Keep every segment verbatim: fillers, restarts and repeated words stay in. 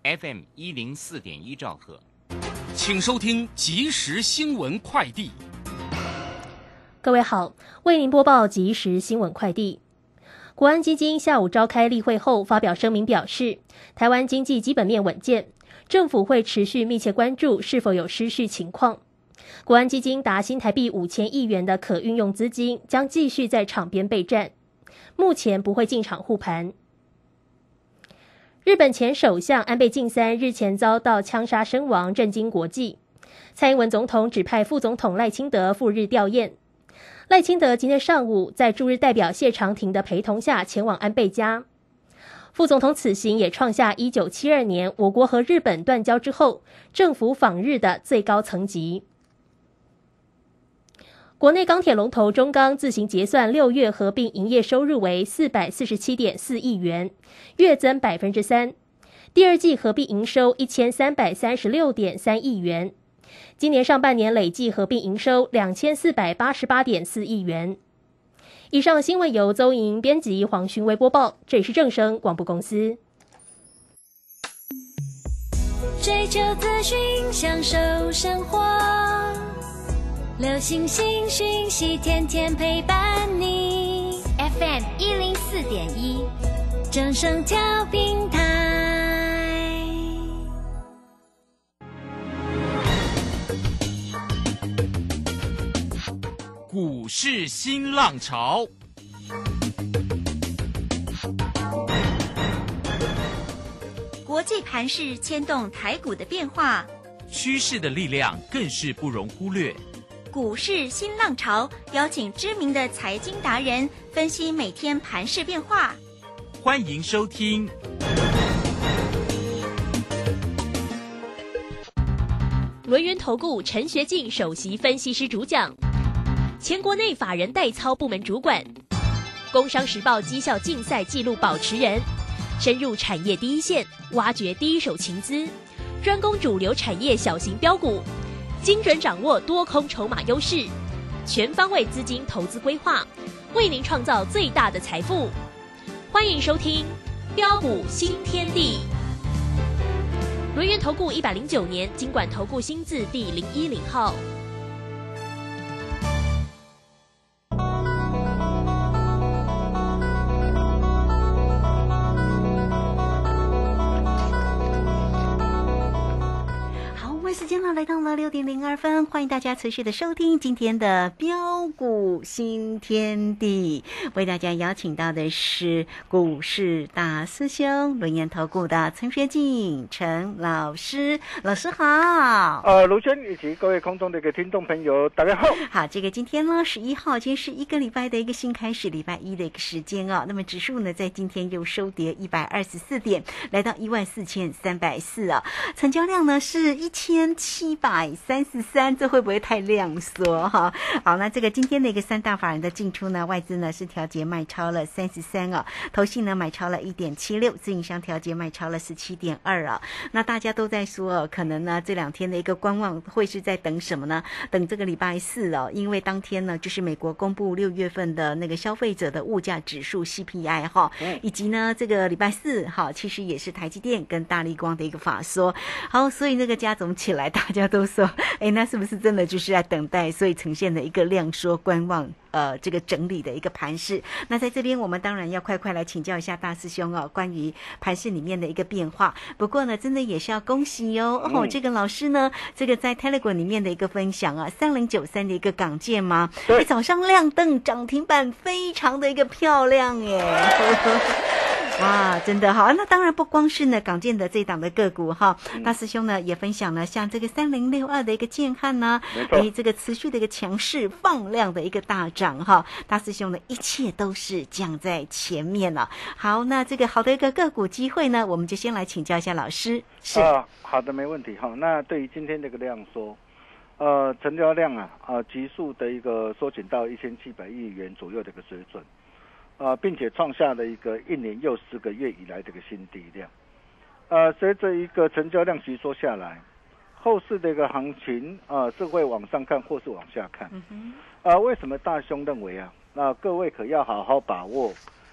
F M 一零四点一兆赫， 请收听即时新闻快递。 各位好，为您播报即时新闻快递。国安基金下午召开例会后发表声明表示，台湾经济基本面稳健，政府会持续密切关注是否有失序情况。国安基金达新台币五千亿元的可运用资金将继续在场边备战，目前不会进场护盘。日本前首相安倍晋三日前遭到枪杀身亡，震惊国际。蔡英文总统指派副总统赖清德赴日吊唁。赖清德今天上午在驻日代表谢长廷的陪同下前往安倍家。副总统此行也创下一九七二年我国和日本断交之后政府访日的最高层级。国内钢铁龙头中钢自行结算六月合并营业收入为 四百四十七点四亿元，月增 百分之三， 第二季合并营收 一千三百三十六点三亿元，今年上半年累计合并营收 两千四百八十八点四亿元。以上新闻由邹莹编辑，黄勋威播报，这里是正声广播公司。 追求资讯，享受生活，流行新讯息，天天陪伴你。F M 一零四点一，正声调频台。 股市新浪潮， 国际盘势牵动台股的变化， 趋势的力量更是不容忽略。 股市新浪潮邀请知名的财经达人分析每天盘势变化。 欢迎收听轮源投顾陈学进首席分析师主讲，前国内法人代操部门主管，工商时报绩效竞赛纪录保持人，深入产业第一线，挖掘第一手情资，专攻主流产业小型标股，精准掌握多空筹码优势，全方位资金投资规划，为您创造最大的财富。欢迎收听标股新天地。轮源投顾一百零九年金管投顾新字第零一零号。 时间呢来到了六点零二分，欢迎大家持续的收听今天的标股新天地，为大家邀请到的是股市大师兄轮源投顾的陈学进陈老师，老师好。 呃，卢轩以及各位空中的一个听众朋友，大家好。 好，这个今天呢十一号，今天是一个礼拜的一个新开始，礼拜一的一个时间哦。那么指数呢在今天又收跌一百二十四点，来到一万四千三百四啊，成交量呢是一千七百三十三，这会不会太量缩哈？好，那这个今天的一个三大法人的进出呢，外资呢是调节卖超了三十三啊，投信呢买超了一点七六，自营商调节卖超了十七点二啊。那大家都在说哦，可能呢这两天的一个观望会是在等什么呢？等这个礼拜四哦，因为当天呢就是美国公布六月份的那个消费者的物价指数 C P I 哈，以及呢这个礼拜四哈，其实也是台积电跟大立光的一个法说。好，所以那个加总起来，大家都说，哎，那是不是真的就是在等待，所以呈现了一个量缩观望呃这个整理的一个盘势？那在这边我们当然要快快来请教一下大师兄哦，关于盘势里面的一个变化。不过呢，真的也是要恭喜哦，哦，这个老师呢，这个在 Telegram 里面的一个分享啊，三零九三的一个港建嘛，哎，早上亮灯涨停板，非常的一个漂亮耶。哇，真的好，那当然不光是呢港建的这档的个股哈，大师兄呢也分享了像这个三零六二的一个建汉呢，哎，这个持续的一个强势放量的一个大涨哈，大师兄呢一切都是讲在前面了。好，那这个好的一个个股机会呢，我们就先来请教一下老师。是啊，好的，没问题哈。那对于今天这个量缩，呃，成交量啊，呃，急速的一个缩减到一千七百亿元左右的一个水准。呃，并且创下了一个一年又十个月以来的一个新低量。呃，随着一个成交量急缩下来，后市的一个行情啊、呃、是会往上看或是往下看。嗯、呃，为什么大兄认为啊？那、呃、各位可要好好把握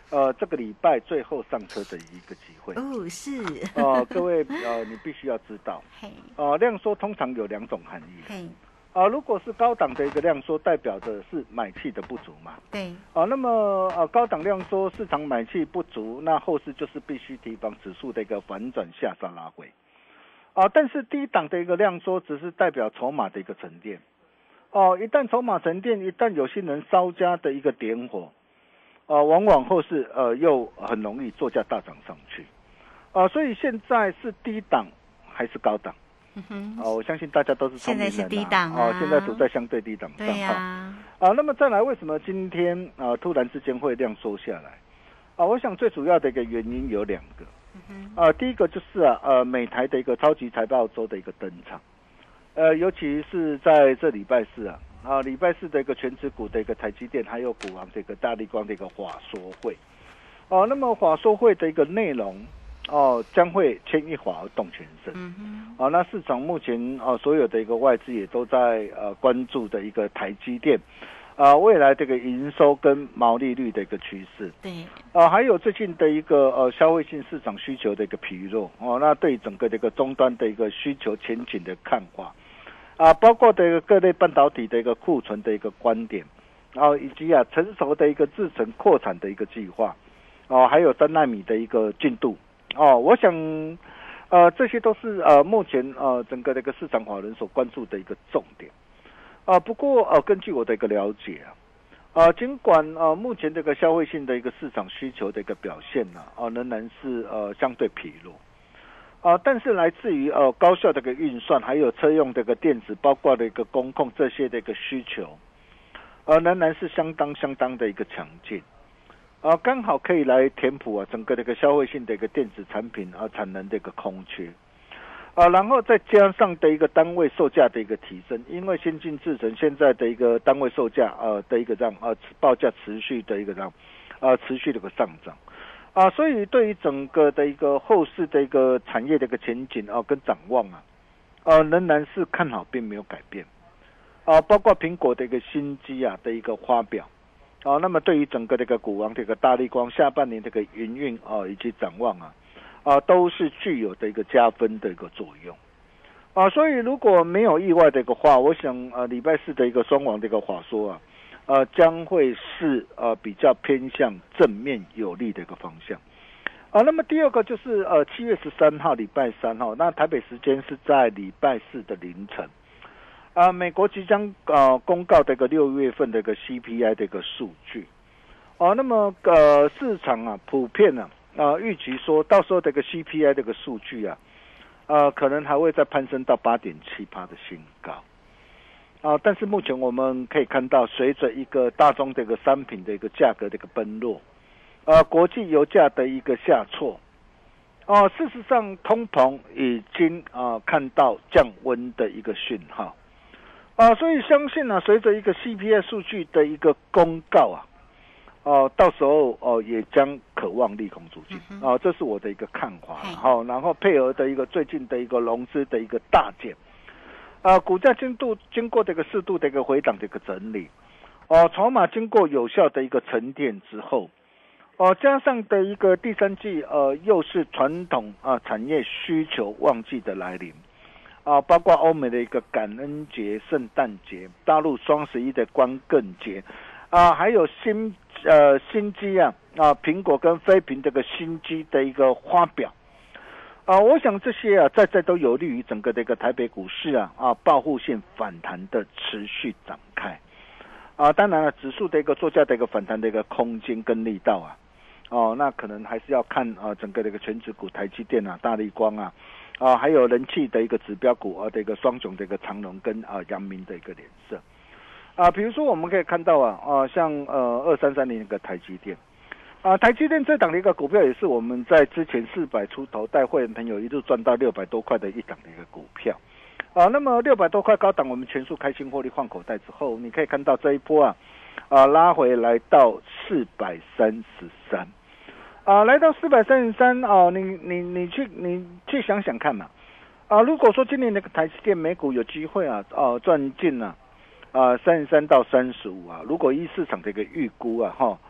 呃这个礼拜最后上车的一个机会。 哦，是。 呃，各位呃，你必须要知道，呃，量缩通常有两种含义。 嘿。 啊、呃，如果是高档的一个量缩，代表的是买气的不足嘛？ 对。 啊、呃，那么呃高档量缩，市场买气不足，那后市就是必须提防指数的一个反转下杀拉回。啊、呃，但是低档的一个量缩，只是代表筹码的一个沉淀。哦、呃，一旦筹码沉淀，一旦有心人稍加的一个点火，呃，往往后市呃又很容易作价大涨上去。啊、呃，所以现在是低档还是高档？ 嗯哦，我相信大家都是聪明人、啊、 现在是低档啊， 哦，现在处在相对低档上。 对呀、啊。 啊，那么再来，为什么今天啊突然之间会量缩下来？啊，我想最主要的一个原因有两个。嗯、啊，第一个就是啊，呃，美台的一个超级财报周的一个登场，呃，尤其是在这礼拜四啊，啊，礼拜四的一个全指股的一个台积电，还有股王这个大立光的一个法说会。哦、啊，那么法说会的一个内容。哦，将会牵一发而动全身。嗯哼。啊，那市场目前啊，所有的一个外资也都在呃关注的一个台积电，啊，未来这个营收跟毛利率的一个趋势。 对。 啊，还有最近的一个呃消费性市场需求的一个疲弱。哦，那对整个这个终端的一个需求前景的看法。啊，包括的一个各类半导体的一个库存的一个观点，然后以及啊成熟的一个制程扩产的一个计划。哦，还有三奈米的一个进度。哦，我想，呃，这些都是呃目前呃整个的一个市场法人所关注的一个重点，啊、呃，不过呃根据我的一个了解啊，啊、呃，尽管呃目前这个消费性的一个市场需求的一个表现呢、啊，啊、呃、仍然是呃相对疲弱，啊、呃，但是来自于呃高效的一个运算，还有车用的一个电子，包括的一个工控这些的一个需求，呃仍然是相当相当的一个强劲。啊，刚好可以来填补啊整个这个消费性的一个电子产品啊产能的一个空缺，啊，然后再加上的一个单位售价的一个提升，因为先进制程现在的一个单位售价呃的一个让啊报价持续的一个让啊持续的一个上涨，啊，所以对于整个的一个后市的一个产业的一个前景啊跟展望啊，啊仍然是看好，并没有改变，啊，包括苹果的一个新机啊的一个发表。哦，那么对于整个这个股王这个大立光下半年这个营运啊以及展望啊，啊都是具有的一个加分的一个作用，啊，所以如果没有意外的一个话，我想呃礼拜四的一个双王这个话说啊，呃将会是呃比较偏向正面有利的一个方向，啊，那么第二个就是呃七月十三号礼拜三号，那台北时间是在礼拜四的凌晨。啊，美国即将呃公告的一个六月份的一个 C P I 的一个数据，哦、啊，那么呃市场啊普遍啊啊预期说到时候这个 C P I 这个数据啊，呃可能还会再攀升到 八点七趴 的新高，啊，但是目前我们可以看到，随着一个大宗的一个商品的一个价格的一个奔落，呃国际油价的一个下挫，哦、啊，事实上通膨已经啊看到降温的一个讯号。啊，所以相信呢、啊，随着一个 C P I 数据的一个公告啊，哦、啊，到时候哦、啊、也将可望利空出尽、嗯、啊，这是我的一个看法。好、啊，然后配合的一个最近的一个融资的一个大减，啊，股价经度经过这个适度的一个回档的一个整理，哦、啊，筹码经过有效的一个沉淀之后，哦、啊，加上的一个第三季呃又是传统啊产业需求旺季的来临。啊，包括欧美的一个感恩节、圣诞节，大陆双十一的光棍节，啊，还有新呃新机啊啊，苹果跟非苹这个新机的一个发表，啊，我想这些啊在在都有利于整个的一个台北股市啊啊报复性反弹的持续展开，啊，当然了，指数的一个作价的一个反弹的一个空间跟力道啊，哦，那可能还是要看啊整个的一个全指股台积电啊、大立光啊。啊，还有人气的一个指标股啊的一个双雄的一个长荣跟啊阳明的一个脸色，啊，比如说我们可以看到啊啊像呃二三三零那个台积电，啊台积电这档的一个股票也是我们在之前四百出头带会员朋友一路赚到六百多块的一档的一个股票，啊，那么六百多块高档我们全数开新获利换口袋之后，你可以看到这一波啊啊拉回来到四百三十三。啊，来到四百三十三啊，你你你去你去想想看嘛，啊，如果说今年那个台积电美股有机会啊，哦、啊、赚进啊，啊三十三到三十五啊，如果依市场的一个预估啊哈，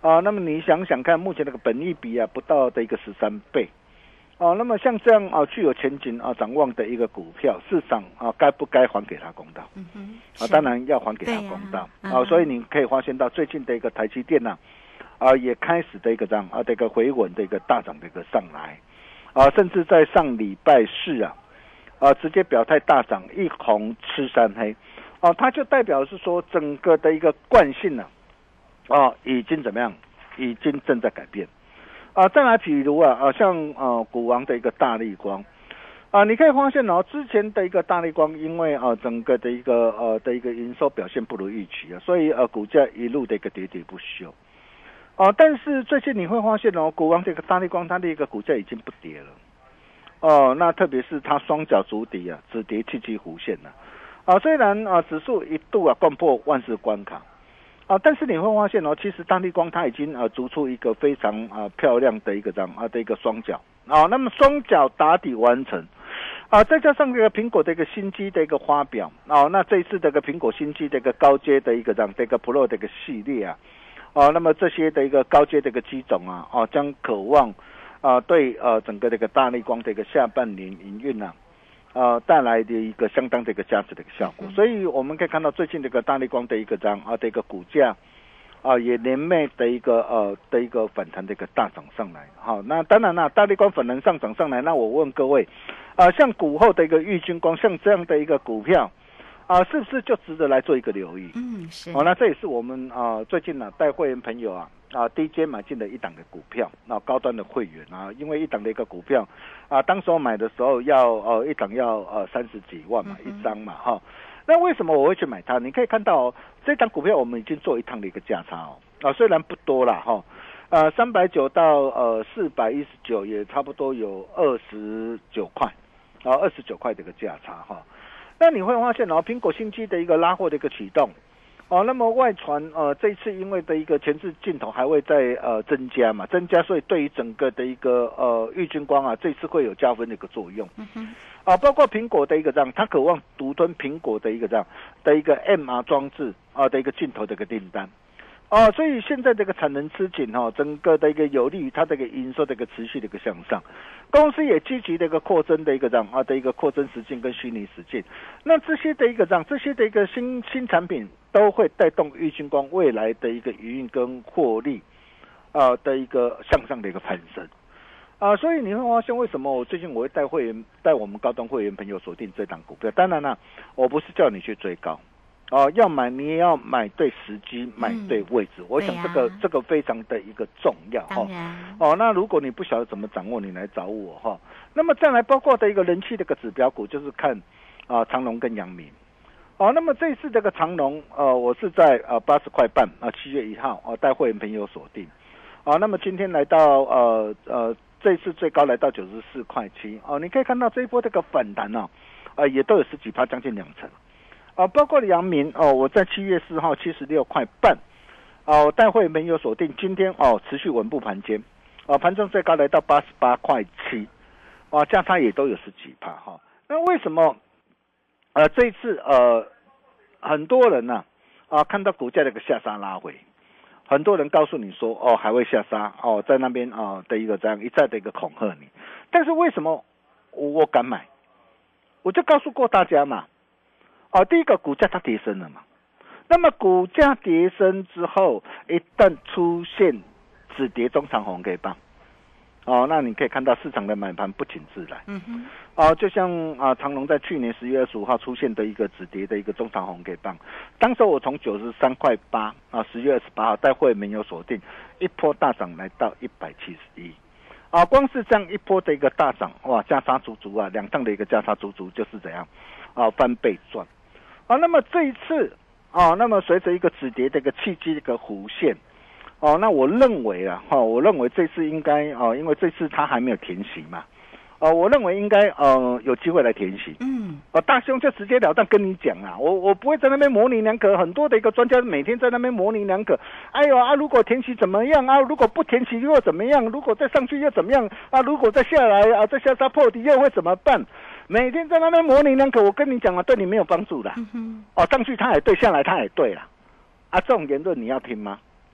啊，那么你想想看，目前那个本益比啊不到的一个十三倍。哦，那么像这样啊具有前景啊展望的一个股票，市场啊该不该还给他公道？ 嗯哼， 啊，当然要还给他公道啊、嗯、啊，所以你可以发现到最近的一个台积电呢、啊，啊也开始的一个这样啊的一个回稳的一个大涨的一个上来，啊，甚至在上礼拜四啊，啊直接表态大涨，一红吃三黑，啊，它就代表是说整个的一个惯性呢、啊，啊已经怎么样，已经正在改变。啊，再来比如啊，啊像呃股王的一个大立光，啊你可以发现哦，之前的一个大立光，因为啊整个的一个呃的一个营收表现不如预期啊，所以呃股价一路的一个喋喋不休，啊但是最近你会发现哦，股王这个大立光它的一个股价已经不跌了，哦、啊、那特别是它双脚足底啊，只跌七七弧线了，啊虽然啊指数一度啊掼破万四关卡。啊，但是你会发现哦，其实大立光它已经呃逐出一个非常啊、呃、漂亮的一个这样啊的一个双脚啊，那么双脚打底完成啊，再加上这个苹果的一个新机的一个发表啊，那这一次这个苹果新机的一个高阶的一个这样这个 Pro 的一个系列啊，啊，那么这些的一个高阶的一个机种啊，啊将渴望啊对呃整个这个大立光的一个下半年营运啊。呃，带来的一个相当的一个价值的一个效果，所以我们可以看到最近这个大立光的一个这样啊的一个股价，啊也连袂的一个呃的一个反弹的一个大涨上来。好，那当然啦，大立光反弹上涨上来，那我问各位，啊像股后的一个玉晶光，像这样的一个股票，啊是不是就值得来做一个留意？ 嗯，是。 好、哦，那这也是我们啊最近呢、啊、带会员朋友啊。啊，低阶买进的一档的股票，那、啊、高端的会员啊，因为一档的一个股票，啊，当时候买的时候要呃一档要呃三十几万嘛、嗯、一张嘛哈，那为什么我会去买它？你可以看到、哦、这档股票我们已经做一趟的一个价差哦，啊虽然不多啦哈，呃三百九到呃四百一十九也差不多有二十九块，啊二十九块的一个价差哈，那你会发现哦，苹果新机的一个拉货的一个启动。哦，那么外传呃，这一次因为的一个前置镜头还会再呃增加嘛，增加，所以对于整个的一个呃玉晶光啊，这次会有加分的一个作用。嗯哼。啊，包括苹果的一个这样，它渴望独吞苹果的一个这样的一个 M R 装置啊的一个镜头的一个订单。哦，所以现在这个产能吃紧哈、哦，整个的一个有利于它这个营收的一个持续的一个向上，公司也积极的一个扩增的一个这样啊的一个扩增实境跟虚拟实境，那这些的一个这样这些的一个新新产品都会带动玉晶光未来的一个营运跟获利啊、呃、的一个向上的一个攀升啊、呃，所以你会发现为什么我最近我会带会员带我们高端会员朋友锁定这档股票，当然啦，我不是叫你去追高。哦，要买你也要买对时机，买对位置。嗯、我想这个、啊、这个非常的一个重要哈。哦，那如果你不晓得怎么掌握，你来找我哈。那么再来包括的一个人气的一个指标股，就是看啊、呃、长荣跟阳明。哦，那么这次这个长荣，呃，我是在呃八十块半啊，七、呃、月一号啊带会员朋友锁定。啊，那么今天来到呃呃这次最高来到九十四块七。哦，你可以看到这一波这个反弹啊，啊、呃、也都有十几趴，将近两成。啊，包括阳明哦，我在七月四号七十六块半，哦、啊，我带会没有锁定，今天哦持续稳步盘间，啊，盘中最高来到八十八块七，啊，价差也都有十几趴哈。那为什么？呃，这一次呃，很多人呢啊，啊看到股价的一个下杀拉回，很多人告诉你说哦还会下杀哦，在那边啊的一个这样一再的一个恐吓你，但是为什么我我敢买？我就告诉过大家嘛。哦，第一个股价它跌升了嘛，那么股价跌升之后，一旦出现止跌中长红 K 棒，哦，那你可以看到市场的买盘不请自来，嗯哼，哦，就像啊长荣在去年十月二十五号出现的一个止跌的一个中长红 K 棒，当时我从九十三块八啊十月二十八号带会没有锁定，一波大涨来到一百七十一。啊，光是这样一波的一个大涨，哇，价差足足啊，两趟的一个价差足足就是怎样，啊，翻倍赚。啊，那么这一次啊，那么随着一个止跌的一个契机的一个弧线，哦、啊，那我认为啊，哈、啊，我认为这次应该啊，因为这次它还没有填息嘛，啊，我认为应该呃有机会来填息。嗯，啊，大兄就直截了当跟你讲啊，我我不会在那边模棱两可，很多的一个专家每天在那边模棱两可，哎呦啊，如果填息怎么样啊？如果不填息又怎么样？如果再上去又怎么样啊？如果再下来啊，再下杀破底又会怎么办？每天在那边模棱两可，我跟你讲了，对你没有帮助的。嗯、哦，上去他也对，下来他也对了，啊，这种言论你要听吗？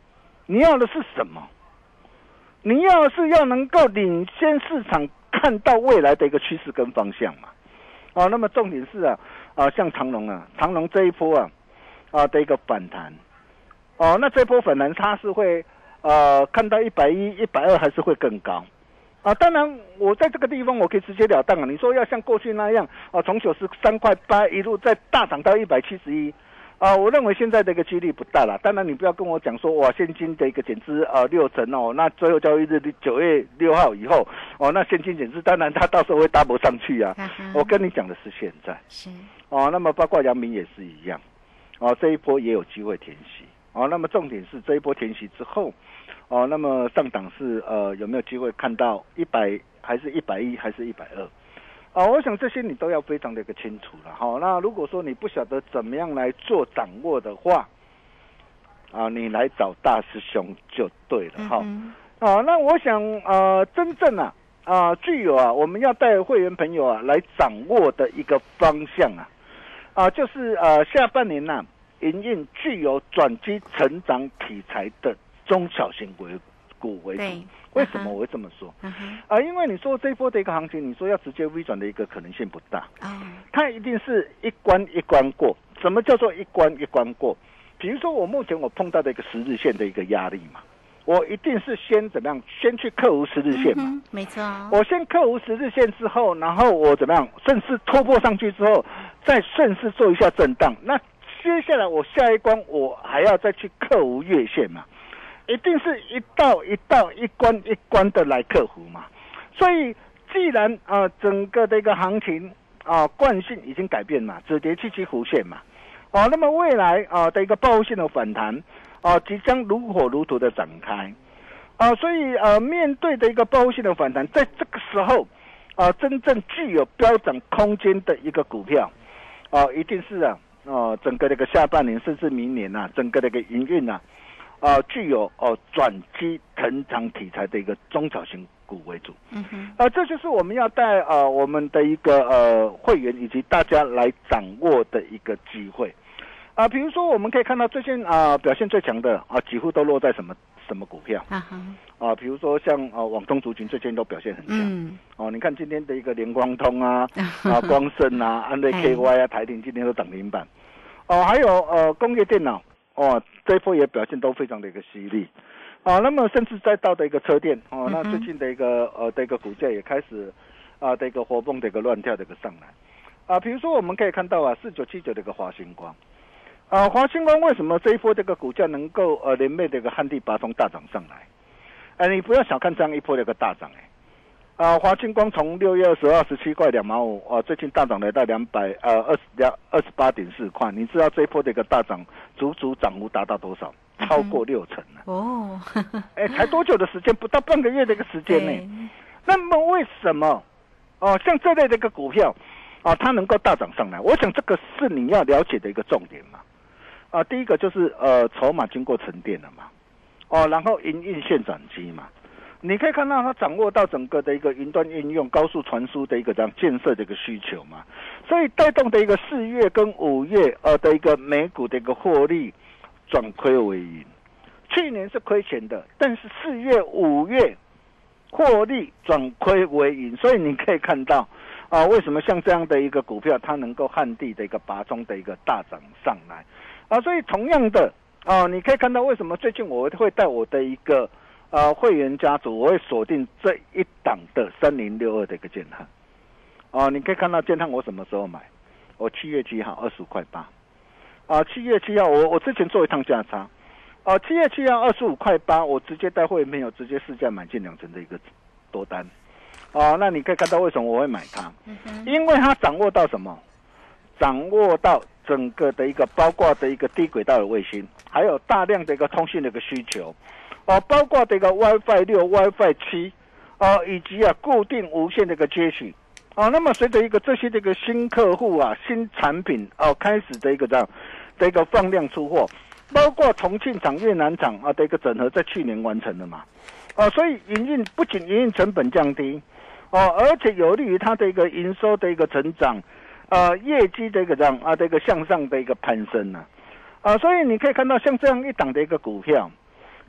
你要的是什么？你要的是要能够领先市场，看到未来的一个趋势跟方向嘛。哦，那么重点是啊，啊，像长荣啊，长荣这一波啊，啊的一个反弹，哦，那这一波反弹它是会呃看到一百一、一百二，还是会更高？啊，当然，我在这个地方我可以直截了当啊。你说要像过去那样啊，从九十三块八一路再大涨到一百七十一，啊，我认为现在的一个几率不大了。当然，你不要跟我讲说哇，现金的一个减资啊六成哦，那最后交易日九月六号以后哦，那现金减资，当然它到时候会 double 上去啊。我跟你讲的是现在， 是哦，那么包括阳明也是一样，哦，这一波也有机会填息，哦，那么重点是这一波填息之后。哦，那么上档是呃有没有机会看到一百还是一百一还是一百二？啊，我想这些你都要非常的一个清楚了。好，那如果说你不晓得怎么样来做掌握的话，啊，你来找大师兄就对了。哈、嗯，啊，那我想呃真正啊啊具有啊我们要带会员朋友啊来掌握的一个方向啊啊就是呃下半年呐、啊，营运具有转机成长题材的。中小型股为主，为什么我会这么说？啊、uh-huh. 呃，因为你说这一波的一个行情，你说要直接 V 转的一个可能性不大。哦、uh-huh. 它一定是一关一关过。什么叫做一关一关过？比如说我目前我碰到的一个十日线的一个压力嘛，我一定是先怎么样？先去克服十日线嘛。 Uh-huh. 没错。 我先克服十日线之后，然后我怎么样？顺势突破上去之后，再顺势做一下震荡。那接下来我下一关我还要再去克服月线嘛。一定是一道一道一关一关的来克服嘛，所以既然啊、呃、整个的一个行情啊惯性已经改变嘛，止跌期期弧线嘛，哦，那么未来啊的一个报复性的反弹啊即将如火如荼的展开啊，所以呃面对的一个报复性的反弹，在这个时候啊真正具有飙涨空间的一个股票啊，一定是啊哦、啊、整个这个下半年甚至明年啊整个的一个营运啊。啊、呃，具有哦转机成长题材的一个中小型股为主，嗯哼，啊、呃，这就是我们要带呃我们的一个呃会员以及大家来掌握的一个机会，啊、呃，比如说我们可以看到最近啊、呃、表现最强的啊、呃、几乎都落在什么什么股票啊哈啊，比如说像啊、呃、网通族群最近都表现很强，嗯，哦，你看今天的一个联光通啊啊光盛啊安瑞 K Y 啊台鼎今天都涨停板，哦，还有呃工业电脑。哦，这一波也表现都非常的一个犀利，啊，那么甚至再到的一个车电，哦，那最近的一个呃的一个股价也开始啊的一个活蹦的一个乱跳的一个上来，啊，比如说我们可以看到啊，四九七九的一个华星光，啊，华星光为什么这一波这个股价能够呃连袂的一个旱地拔葱大涨上来？哎、呃，你不要小看这样一波的一个大涨，哎。啊，华星光从六月二十二十七块两毛五，啊，最近大涨来到两百呃二十两二十八点四块。你知道这一波的一个大涨，足足涨幅达到多少？超过六成了。哦，哎，才多久的时间？不到半个月的一个时间呢。那么为什么？哦，像这类的一个股票，啊，它能够大涨上来？我想这个是你要了解的一个重点嘛。啊，第一个就是呃，筹码经过沉淀了嘛。哦，然后营运线转机嘛。你可以看到它掌握到整个的一个云端应用、高速传输的一个这样建设的一个需求嘛，所以带动的一个四月跟五月呃的一个美股的一个获利转亏为盈。去年是亏钱的，但是四月、五月获利转亏为盈，所以你可以看到啊、呃，为什么像这样的一个股票，它能够旱地的一个拔葱的一个大涨上来啊、呃？所以同样的啊、呃，你可以看到为什么最近我会带我的一个。呃，会员家族我会锁定这一档的三零六二的一个建汉，哦、呃，你可以看到建汉我什么时候买？我七月七号二十五块八，啊，七月七号我我之前做一趟价差，啊、呃，七月七号二十五块八，我直接带会员朋友直接市价买进两成的一个多单，啊、呃，那你可以看到为什么我会买它？嗯、因为它掌握到什么？掌握到整个的一个包括的一个低轨道的卫星，还有大量的一个通讯的一个需求。哦，包括这个 WiFi 六、WiFi 七，哦，以及啊固定无线的一个接续，哦，那么随着一个这些这个新客户啊、新产品哦开始的一个这样的一个放量出货，包括重庆厂、越南厂啊的一个整合，在去年完成了嘛，哦，所以营运不仅营运成本降低，哦，而且有利于它的一个营收的一个成长，呃，业绩的一个这样啊的一个向上的一个攀升呢，啊，所以你可以看到像这样一档的一个股票。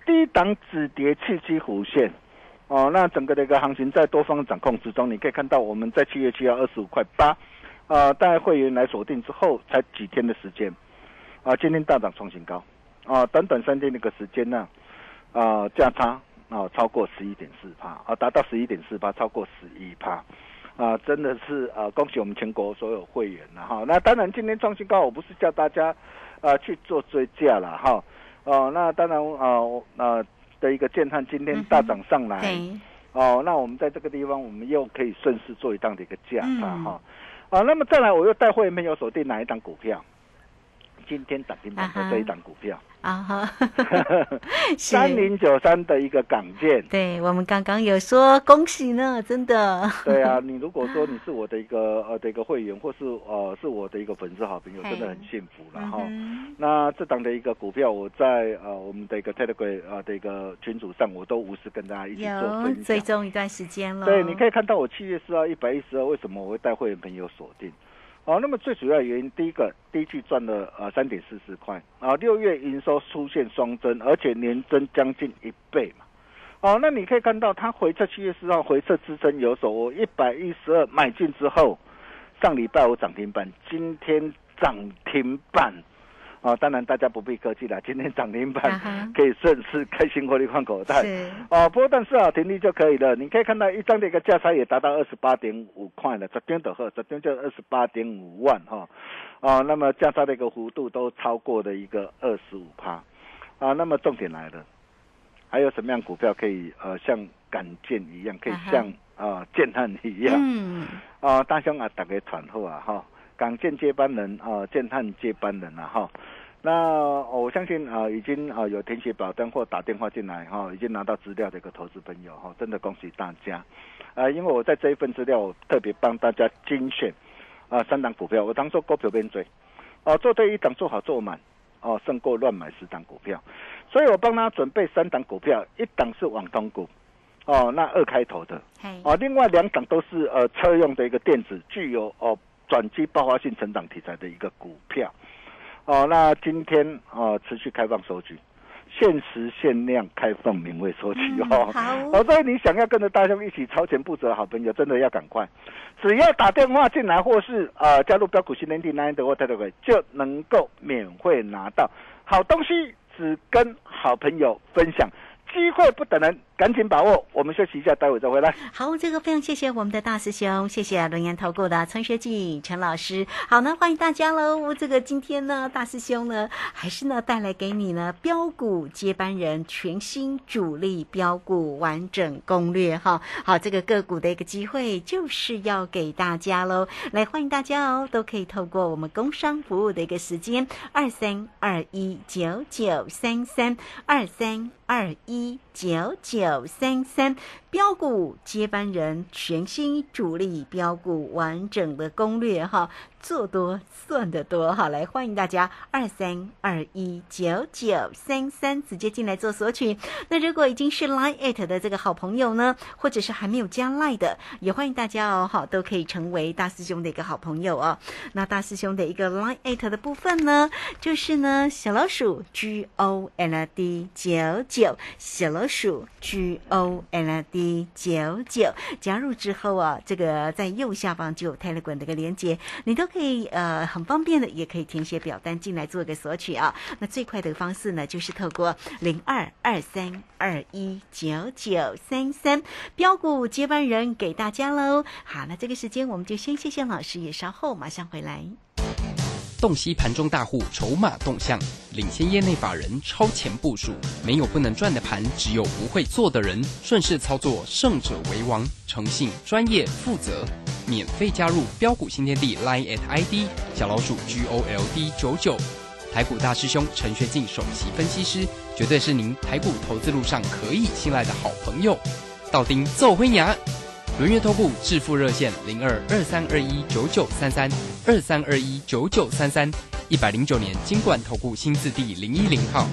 低档止跌契机弧线。哦，那整个的一个行情在多方掌控之中，你可以看到我们在七月七号二十五块八，啊，带会员来锁定之后，才几天的时间，啊，今天大涨创新高，啊，短短三天的一个时间呢，啊，价差啊超过十一点四趴，啊，达到十一点四趴，超过十一趴，啊，真的是啊，恭喜我们全国所有会员了哈。那当然今天创新高，我不是叫大家啊去做追价了哈，哦、啊，那当然啊啊。的一个建汉今天大涨上来，嗯、哦，那我们在这个地方，我们又可以顺势做一档的一个价差哈，嗯、啊，那么再来，我又带会员朋友锁定哪一档股票？今天涨停板的这一档股票啊哈， 三零九三的一个港建， 对我们刚刚有说恭喜呢，真的。 对啊，你如果说你是我的一个呃的一个会员，或是呃是我的一个粉丝好朋友，真的很幸福了哈。嗯、那这档的一个股票，我在呃我们的一个 Telegram 呃的一个群组上，我都无私跟大家一起做分享， 追踪一段时间了。 对，你可以看到我七月四号一百一十二，为什么我会带会员朋友锁定？哦，那么最主要的原因，第一个，第一季赚了呃三点四四块，啊，六月营收出现双增，而且年增将近一倍嘛。哦，那你可以看到它回测七月四号回测支撑有手，我一百一十二买进之后，上礼拜五涨停板，今天涨停板。哦，当然大家不必客气了，今天涨停板可以顺势开心获利换口袋。哦，不过但是啊，停利就可以了。你可以看到一张的一个价差也达到二十八点五块了，这边的话，这边就二十八点五万哈。哦，那么价差的一个幅度都超过了一个二十五趴。啊，那么重点来了，还有什么样股票可以呃像港建一样，可以像啊建汉一样？嗯。啊，大兄啊，大家团后啊哈。港建接班人啊、呃，建汉接班人啊哈，那、呃、我相信啊、呃，已经啊、呃、有填写表单或打电话进来哈、呃，已经拿到资料的一个投资朋友哈、呃，真的恭喜大家！啊、呃，因为我在这一份资料，我特别帮大家精选啊、呃、三档股票，我当做股票边追，哦、呃，做对一档做好做满，哦、呃，胜过乱买十档股票，所以我帮他准备三档股票，一档是网通股，哦、呃，那二开头的，哦、呃，另外两档都是呃车用的一个电子，具有哦。呃转机爆发性成长题材的一个股票，哦，那今天哦持续开放收据，限时限量开放免费收据哦。 嗯、好， 哦，所以你想要跟着大兄一起超前部署的好朋友，真的要赶快，只要打电话进来或是啊、呃、加入标股新天地 Nine 的或 Telegram 就能够免费拿到好东西，只跟好朋友分享。机会不等人，赶紧把握。我们休息一下，待会再回来。 好，这个非常谢谢我们的大师兄，谢谢轮研投顾的陈学进陈老师。好呢，欢迎大家喽。这个今天呢，大师兄呢，还是呢带来给你呢标股接班人全新主力标股完整攻略哈。好，这个个股的一个机会就是要给大家喽。来，欢迎大家哦，都可以透过我们工商服务的一个时间二三二一九九三三二三二一。九九三三标股接班人全新主力标股完整的攻略哈，做多算得多哈，来欢迎大家二三二一九九三三直接进来做索取。那如果已经是 Line 的这个好朋友呢，或者是还没有加 Line 的，也欢迎大家哦，好都可以成为大师兄的一个好朋友哦。那大师兄的一个 Line 的部分呢，就是呢小老鼠 G O L D 九九。小老鼠 G O L D 九九加入之后啊，这个在右下方就有 Telegram 的一个连结，你都可以呃很方便的，也可以填写表单进来做个索取啊。那最快的方式呢，就是透过零二二三二一九九三三标股接班人给大家喽。好，那这个时间我们就先谢谢老师，也稍后马上回来。 洞悉盘中大户筹码动向，领先业内法人超前部署，没有不能赚的盘，只有不会做的人。顺势操作，胜者为王。诚信、专业、负责，免费加入标股新天地 Line at I D 小老鼠 G O L D 九九。台股大师兄陈学进首席分析师，绝对是您台股投资路上可以信赖的好朋友。道丁奏灰牙。轮月投顾致富热线零二二三二一九九三三二三二一九九三三，一百零九年金管投顾新字第零一零号。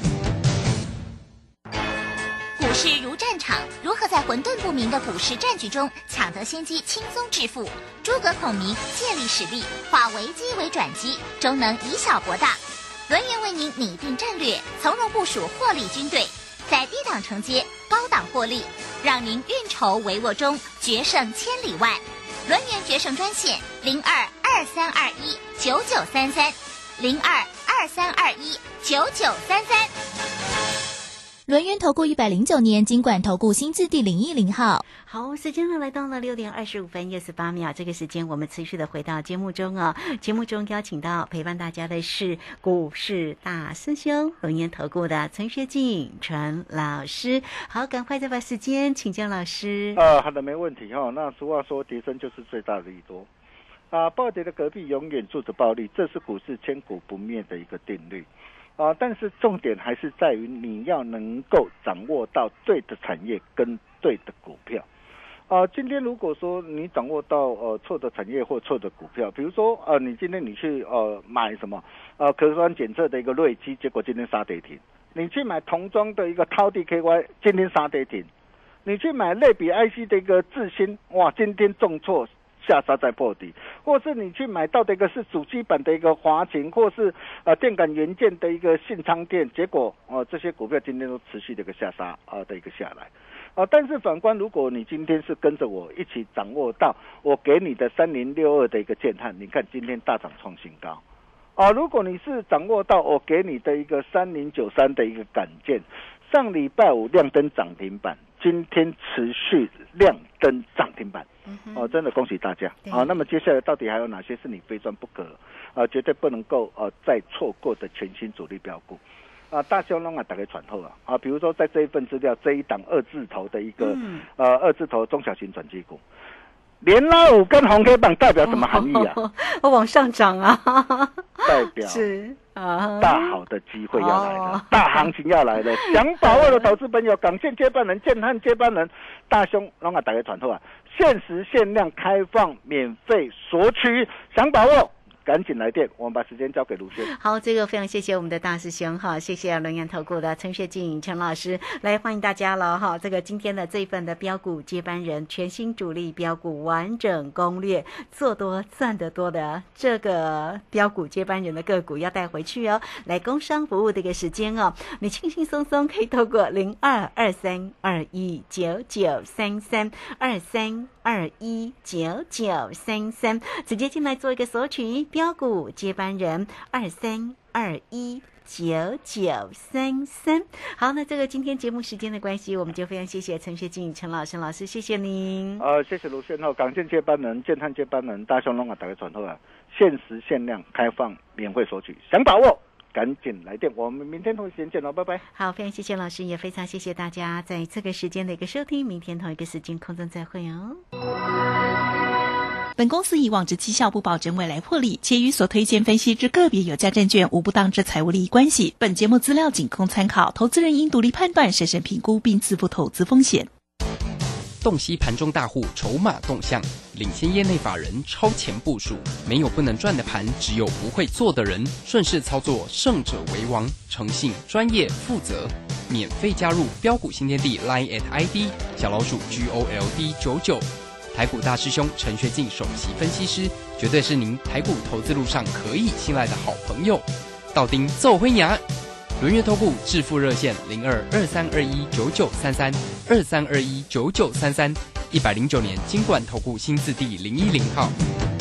股市如战场，如何在混沌不明的股市战局中抢得先机，轻松致富？诸葛孔明借力使力，化危机为转机，终能以小博大。轮源为您拟定战略，从容部署获利军队。 在低档承接，高档获利，让您运筹帷幄中决胜千里外。轮源决胜专线零二二三二一九九三三零二二三二一九九三三。 轮源投顾一百零九年金管投顾新字第零一零号。 好，时间呢来到了六点二十五分又十八秒，这个时间我们持续的回到节目中啊。节目中邀请到陪伴大家的是股市大师兄轮源投顾的陈学进陈老师。好，赶快再把时间请教老师。 呃，好的，没问题哈、哦。那俗话说，跌升就是最大的利多啊，暴跌的隔壁永远住着暴利，这是股市千古不灭的一个定律。啊，但是重点还是在于你要能够掌握到对的产业跟对的股票。啊，今天如果说你掌握到呃错的产业或错的股票，比如说呃你今天你去呃买什么呃核酸检测的一个瑞基，结果今天杀跌停；你去买童装的一个滔地 K Y， 今天杀跌停；你去买类比 I C 的一个智新，哇，今天重挫。下杀再破底，或是你去买到的一个是主机板的一个华擎，或是呃电感元件的一个信昌电，结果呃这些股票今天都持续的一个下杀啊、呃、的一个下来啊、呃。但是反观，如果你今天是跟着我一起掌握到我给你的三零六二的一个建汉，你看今天大涨创新高啊、呃。如果你是掌握到我给你的一个三零九三的一个杆件，上礼拜五亮灯涨停板，今天持续亮灯涨停板。哦，真的恭喜大家啊！那么接下来到底还有哪些是你非赚不可，啊，绝对不能够呃再错过的全新主力标股啊！大兄龙啊，打开传后啊啊！比如说在这一份资料，这一档二字头的一个、嗯、呃二字头中小型转机股，连拉五根红 K 棒代表什么含义啊？ 哦哦、往上涨啊！ 代表是啊， 大好的机会要来了，哦、大行情要来了。想把握的投资朋友，港线接班人、建汉接班人，大兄龙啊，打开传后啊！限时限量开放，免费索取，想把握赶紧来电。我们把时间交给卢轩。 好，这个非常谢谢我们的大师兄哈，谢谢轮源投顾的陈学进陈老师，来欢迎大家了哈。这个今天的这一份的标股接班人全新主力标股完整攻略，做多赚得多的这个标股接班人的个股要带回去哦。来工商服务的一个时间哦，你轻轻松松可以透过零二二三二一九九三三二三二一九九三三直接进来做一个索取。标股接班人二三二一九九三三。好，那这个今天节目时间的关系，我们就非常谢谢陈学进陈老师老师，谢谢您。 呃，谢谢卢先后，港建接班人、建汉接班人、大雄龙啊，打开传后啊，限时限量开放，免费索取，想把握赶紧来电，我们明天同一时间见喽，拜拜。 好，非常谢谢老师，也非常谢谢大家在这个时间的一个收听，明天同一个时间空中再会哦。 本公司以往之绩效不保证未来获利，且与所推荐分析之个别有价证券无不当之财务利益关系。本节目资料仅供参考，投资人应独立判断、审慎评估并自负投资风险。 洞悉盘中大户筹码动向，领先业内法人超前部署，没有不能赚的盘，只有不会做的人。顺势操作，胜者为王。诚信、专业、负责，免费加入标股新天地 Line at I D 小老鼠 G O L D 九九。台股大师兄陈学进首席分析师，绝对是您台股投资路上可以信赖的好朋友。道丁奏灰牙，轮源投顾致富热线零二二三二一九九三三二三二一九九三三，一百零九年金管投顾新字第零一零号。